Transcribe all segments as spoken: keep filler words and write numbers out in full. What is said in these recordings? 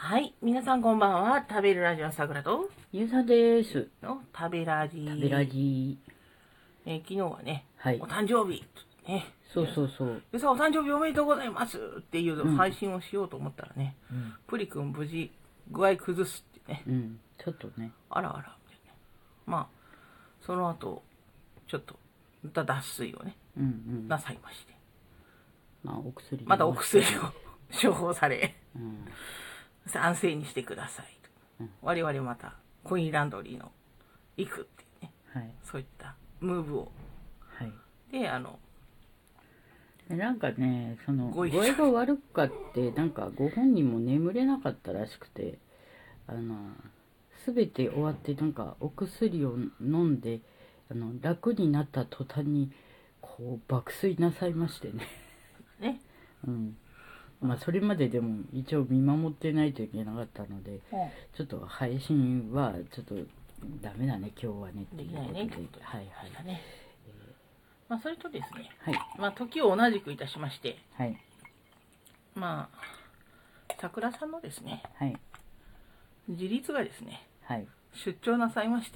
はい、皆さんこんばんは。食べるラジオさくらとゆうさです。 の食べラジ。 食べラジ。 えー昨日はね、 はい。 お誕生日ね。 そうそうそう。 ゆうさんお誕生日おめでとうございますっていううん配信をしようと思ったらね、 うん。 プリ君無事具合崩すってね。 うん。ちょっとね。 あらあらみたいな。まあその後ちょっとまた脱水をねうんうん。 なさいまして、 まあお薬。 またお薬を処方され、 うん。 安静にしてくださいと。 うん我々またコインランドリーの行くっていうね、 はい。 そういったムーブをはい。 で、あのでなんかね、その具ご一緒合が悪かって、なんかご本人も眠れなかったらしくて、あの、すべて終わって、なんかお薬を飲んで、あの、楽になった途端に、こう、爆睡なさいましてね。 ね、 うん。まあ、それまででも一応見守ってないといけなかったので、ちょっと配信はちょっとダメだね、今日はねってできいうことで。 ないねってことではいしたね。まあそれとですね、 はい。 まあ時を同じくいたしまして、 はい。 まあ桜さんのですね、 はい。 自立がですね、 はい。 出張なさいまして、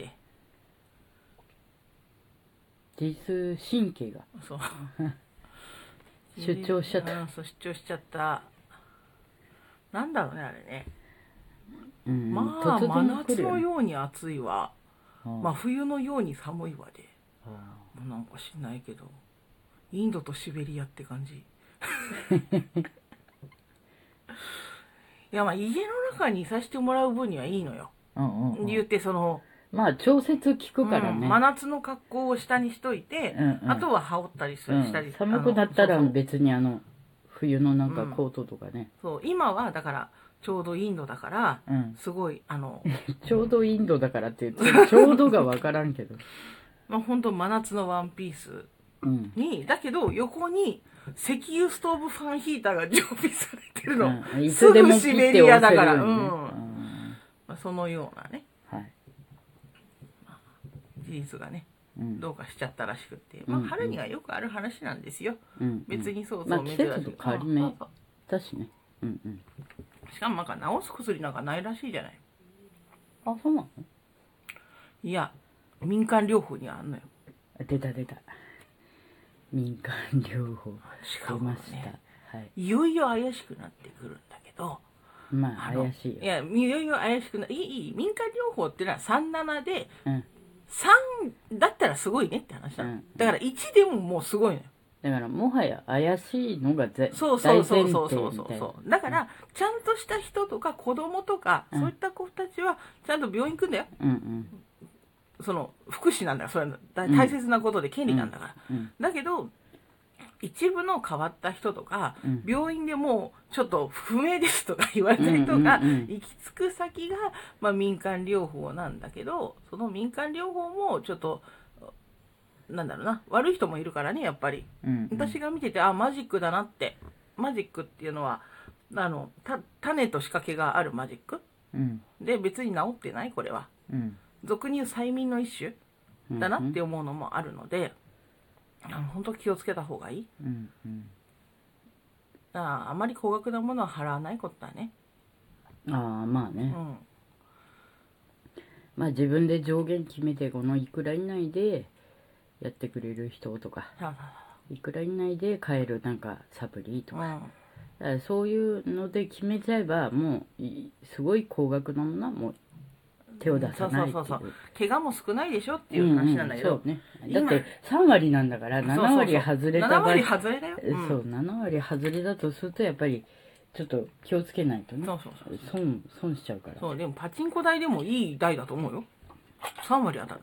自律神経がそう出張しちゃった。 うんそう出張しちゃった。なんだろうねあれね。 うん、 まあ突真夏然来るよね。 のように暑いわ、 うん真冬のように寒いわで、 あもうなんか知んないけど、インドとシベリアって感じ。いやまあ家の中にいさせてもらう分にはいいのよ。 ーうんうんうん言ってその、 まあ調節効くからね。 うん真夏の格好を下にしといて、 うんうんあとは羽織ったりすうんるしたり、 寒くなったらあのそうそう別にあの冬のなんかコートとかね、 そう今はだからちょうどインドだから、 うんすごいあのちょうどインドだからって言ってちょうどが分からんけど、 まあ本当真夏のワンピースうんにだけど横に石油ストーブファンヒーターが常備されてるの、 うん、いすつでもぐシベピッてリアだから、 押せるようにね、 うんうんまあそのようなねはい、 事実がねうんどうかしちゃったらしくて、まあうんうん春にはよくある話なんですよ。 うん別にそうまあそう珍しい、 季節と変わり目そうそうだしね、うんうん、 しかもなんか治す薬なんかないらしいじゃない。 あ、そうなの？ いや民間療法にはあんのよ。 出た出た、民間療法しかも出ました、 ねはい、 いよいよ怪しくなってくるんだけど、 まああの怪しいよ、 いやいよいよ怪しくないいいい民間療法っていうのはさんじゅうななでうん、 さんだったらすごいねって話なの、 うんだからいちでももうすごいのよ。 だからもはや怪しいのがぜそうそうそう大前そうそう提みたいな、 そうだからちゃんとした人とか子供とか、 うんそういった子たちはちゃんと病院行くんだよ。 うんうんその福祉なんだよ、それは大大切なことで権利なんだから、 うんだけど一部の変わった人とか、 うん病院でもうちょっと不明ですとか言われた人がうんうんうん行き着く先が、まあ、民間療法なんだけど、その民間療法もちょっとなんだろうな、悪い人もいるからねやっぱり。 うん私が見てて、あマジックだなって。マジックっていうのはあのた種と仕掛けがあるマジックうんで、別に治ってないこれはうん俗に言う催眠の一種だなって思うのもあるので、あの本当気をつけた方がいい。 うんうんああまり高額なものは払わないことだね。 ああまあね、 うんまあ自分で上限決めてこのいくら以内でやってくれる人とか、 さいくら以内で買えるなんかサプリとか、 あうんだからそういうので決めちゃえばもういすごい高額なものはもう手を出さないっていう。 そうそうそうそう怪我も少ないでしょっていう話なんだけど、 うんうんそうね、だってさん割なんだからなな割外れた場合、 なな割外れだよ、うん、 そうなな割外れだとするとやっぱりちょっと気をつけないとね、 そうそうそう損損しちゃうから。 そうでもパチンコ台でもいい台だと思うよ。さん割当たる。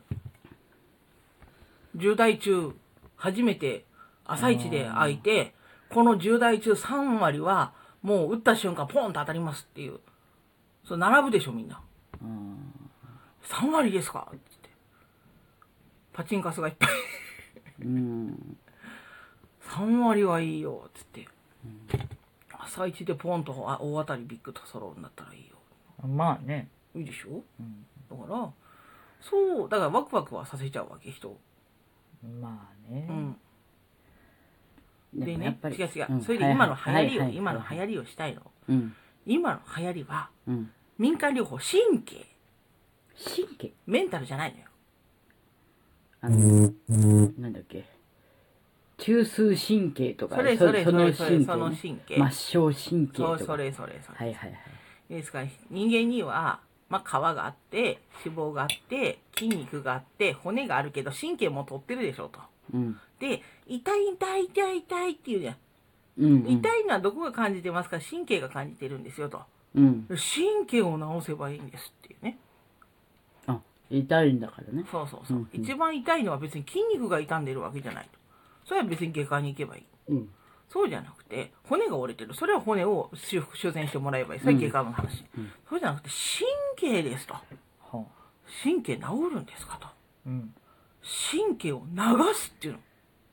じゅうだい中初めて朝一で開いて、このじゅうだい中さん割はもう打った瞬間ポンと当たりますっていう。そう並ぶでしょみんな。 うんさん割ですかって言ってパチンカスがいっぱいうんさん割はいいよっつって、うん、朝一でポンと大当たりビッグと揃うんだったらいいよ。 まあね、 いいでしょ、 うん、 だからそうだからワクワクはさせちゃうわけ人。 まあね、 うん、でね違う違う、 うん、 それで今の流行りを、 はいはいはい、 今の流行りをしたいの、 うん、 今の流行りは、 うん。 民間療法、神経。 神経メンタルじゃないのよ。 あの、なんだっけ。中枢神経とか、 それそれそのそれ神経、 そのね。 神経。 末梢神経とか。 そう、それそれそれ。 はいはいはい。 ですから、人間には、まあ、皮があって、脂肪があって、筋肉があって、骨があるけど、神経も取ってるでしょと。 うん。 で、痛い痛い痛い痛いっていうじゃん。 うん、うん。 痛いのはどこが感じてますか？神経が感じてるんですよと。 うん。 神経を治せばいいんですっていうね。 あ、痛いんだからね。 そうそうそう。 うんうん、 一番痛いのは別に筋肉が痛んでるわけじゃないと。それは別に外科に行けばいい。 うん。 そうじゃなくて、骨が折れてる。それは骨を修復、修繕してもらえばいい。それは外科の話。 うんうん、 そうじゃなくて、神経ですと。はあ、神経治るんですかと。うん、神経を流すっていうの。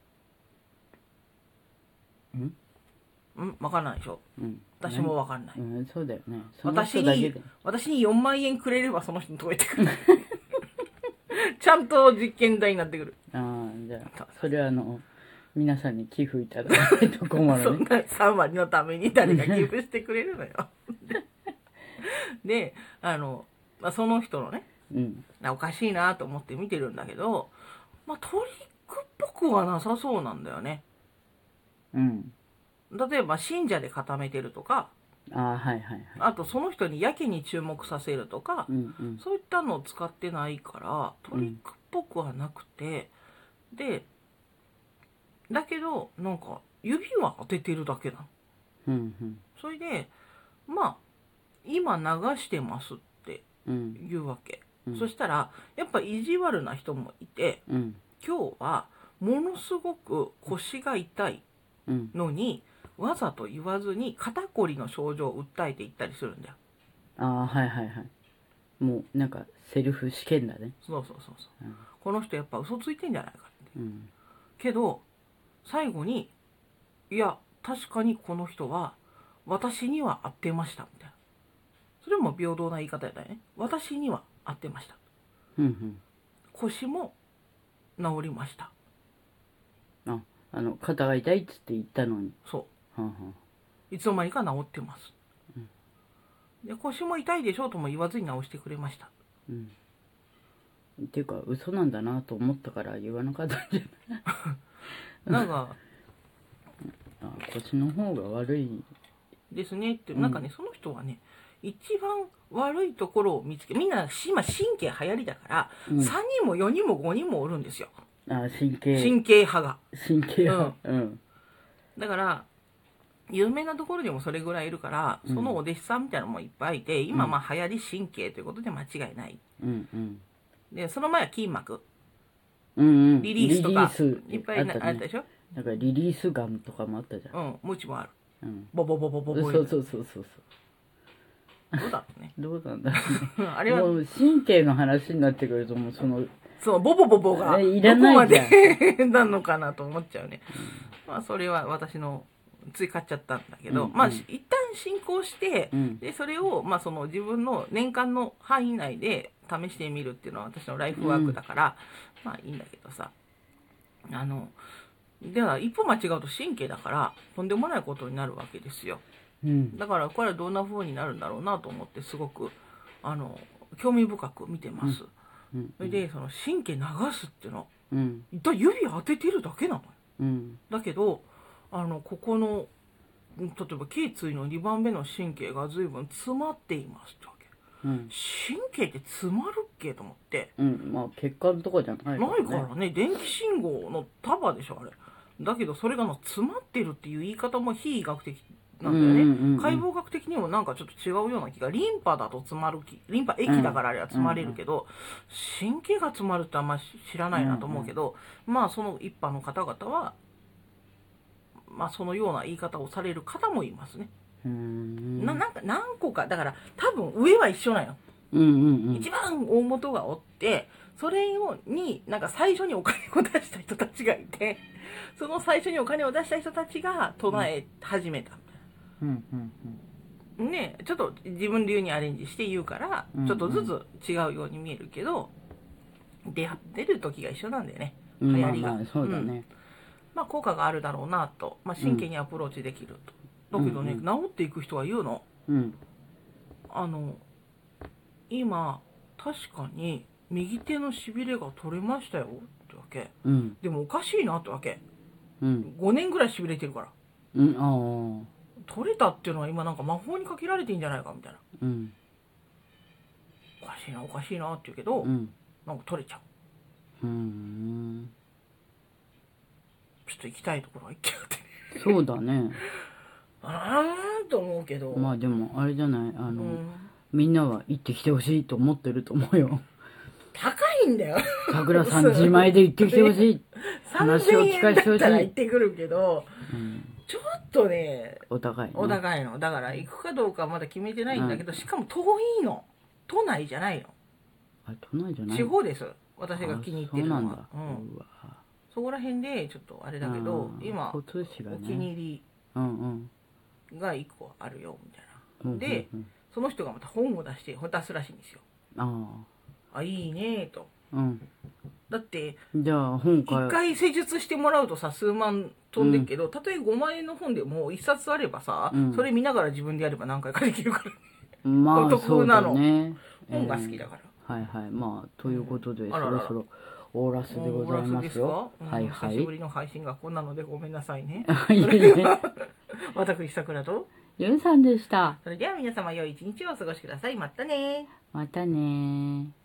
うんうんわかんないでしょ。うん、私もわかんない。 うん、そうだよね。 私に、私によんまんえんくれればその人に届いてくる。ちゃんと実験台になってくる。 ああ、じゃあ、それはあの、皆さんに寄付いただかないと困るね。 そんなさん割のために誰が寄付してくれるのよ。で、あの、まあ、その人のね、うん、おかしいなと思って見てるんだけど、まあ、トリックっぽくはなさそうなんだよね。うん。例えば、信者で固めてるとか、 ああ、はいはいはい。 あと、その人にやけに注目させるとか、うんうん、そういったのを使ってないから、トリックっぽくはなくて、うん、で、だけど、なんか、指は当ててるだけなの。うんうん、それで、まあ、今流してますって言うわけ。うん、そしたら、やっぱ意地悪な人もいて、うん、今日はものすごく腰が痛いのに、うん、わざと言わずに肩こりの症状を訴えていったりするんだよ。 ああ、はいはいはい。もうなんかセルフ試験だね。 そうそうそうそう、うん。この人やっぱ嘘ついてんじゃないかって。うん、けど、最後に、いや、確かにこの人は私には合ってましたみたいな。それも平等な言い方だよね。私には合ってました。うんうん、腰も治りました。 あ、あの肩が痛いっつって言ったのに。 そう。はんはんいつの間にか治ってます。うん、で腰も痛いでしょうとも言わずに治してくれました。うん、 っていうか嘘なんだなと思ったから言わなかったんじゃない？ なんかあ、腰の方が悪いですねって、なんかね、うん、その人はね、一番悪いところを見つけ、みんな今神経流行りだから、うん、さんにんもよにんもごにんもおるんですよ。 あ、神経神経派が。 神経派、うん、うん、 だから有名なところでもそれぐらいいるから、そのお弟子さんみたいなのもいっぱいいて、今まあ流行り神経ということで間違いない。うんうん、でその前は筋膜、 うんうん、 リリースとかいっぱいあったでしょ。 なんかリリースガムとかもあったじゃん。 うん、ムチもある。うん、ボボボボボボ。 そうそうそうそうそう。 どうだろうね。 どうなんだろうね。あれはもう神経の話になってくるともうそのそうボボボボがいらないじゃん。 どこまでなのかなと思っちゃうね。うん、まあそれは私のつい買っちゃったんだけど、うんうん、まあ一旦進行して、うん、でそれをまあその自分の年間の範囲内で試してみるっていうのは私のライフワークだから、うん、まあいいんだけどさ、あのでは一歩間違うと神経だからとんでもないことになるわけですよ。うん、だからこれはどんな風になるんだろうなと思ってすごくあの興味深く見てます。うんうんうん、それでその神経流すっていうの、うん、指当ててるだけなのよ。うん、だけどあのここの例えば頸椎のにばんめの神経が随分詰まっていますってわけ。うん、神経って詰まるっけと思って。 うん、まあ血管とかじゃないからね。 ないからね、電気信号の束でしょあれ。だけどそれがの詰まってるっていう言い方も非医学的なんだよね、うんうんうん、解剖学的にもなんかちょっと違うような気が、リンパだと詰まる気、リンパ液だからあれは詰まれるけど、うんうんうん、神経が詰まるってあんま知らないなと思うけど、うんうん、まあその一般の方々はまあそのような言い方をされる方もいますね。うーんななんか何個かだから多分上は一緒なの、うんうんうん、一番大元がおってそれをになんか最初にお金を出した人たちがいてその最初にお金を出した人たちが唱え始めた、うんうんうん、ねちょっと自分流にアレンジして言うからちょっとずつ違うように見えるけど、うんうん、出会ってる時が一緒なんだよね、流行りが、まあまあそうだね、うんまあ効果があるだろうなと、まあ、神経にアプローチできると、うん、だけどね、うんうん、治っていく人は言うの、 うんあの今確かに右手のしびれが取れましたよってわけ。 うんでもおかしいなってわけ。 うんごねんぐらいしびれてるから。 うんああ取れたっていうのは今なんか魔法にかけられてんじゃないかみたいな。 うんおかしいなおかしいなって言うけど、 うんなんか取れちゃう。 うーんちょっと行きたいところは行きやがってね。 そうだね。 あーと思うけど。 まあでもあれじゃない、あの、 うん、 みんなは行ってきてほしいと思ってると思うよ。 高いんだよ。 さくらさん自前で行ってきてほしい。話を聞かせてほしい。 さんぜんえんだったら行ってくるけど、 うん、 ちょっとね、 お高いね。 お高いの。だから行くかどうかはまだ決めてないんだけど、うん、しかも遠いの。都内じゃないの。 あ、都内じゃない。 地方です。私が気に入ってるのは。 そうなんだ。 うん、 うわそこら辺でちょっとあれだけど、今、 交通費がね、 お気に入りがいっこあるよみたいな。うんうん、で、うんうん、その人がまた本を出して出すらしいんですよ。ああ、いいねと。うん、だってじゃあ本一回施術してもらうとさ数万飛んでるけど、うん、たとえごまん円の本でもいっさつあればさ、うん、それ見ながら自分でやれば何回かできるからね。 まあお得なの、 ね、 本が好きだから、 えー、はいはい。まあということで、うん、そろそろオーラスでございますよ。 うん、はいはい。久しぶりの配信がこんなのでごめんなさいね。私さくらとゆうさんでした。 それでは皆様良い一日をお過ごしください。またね。 またね。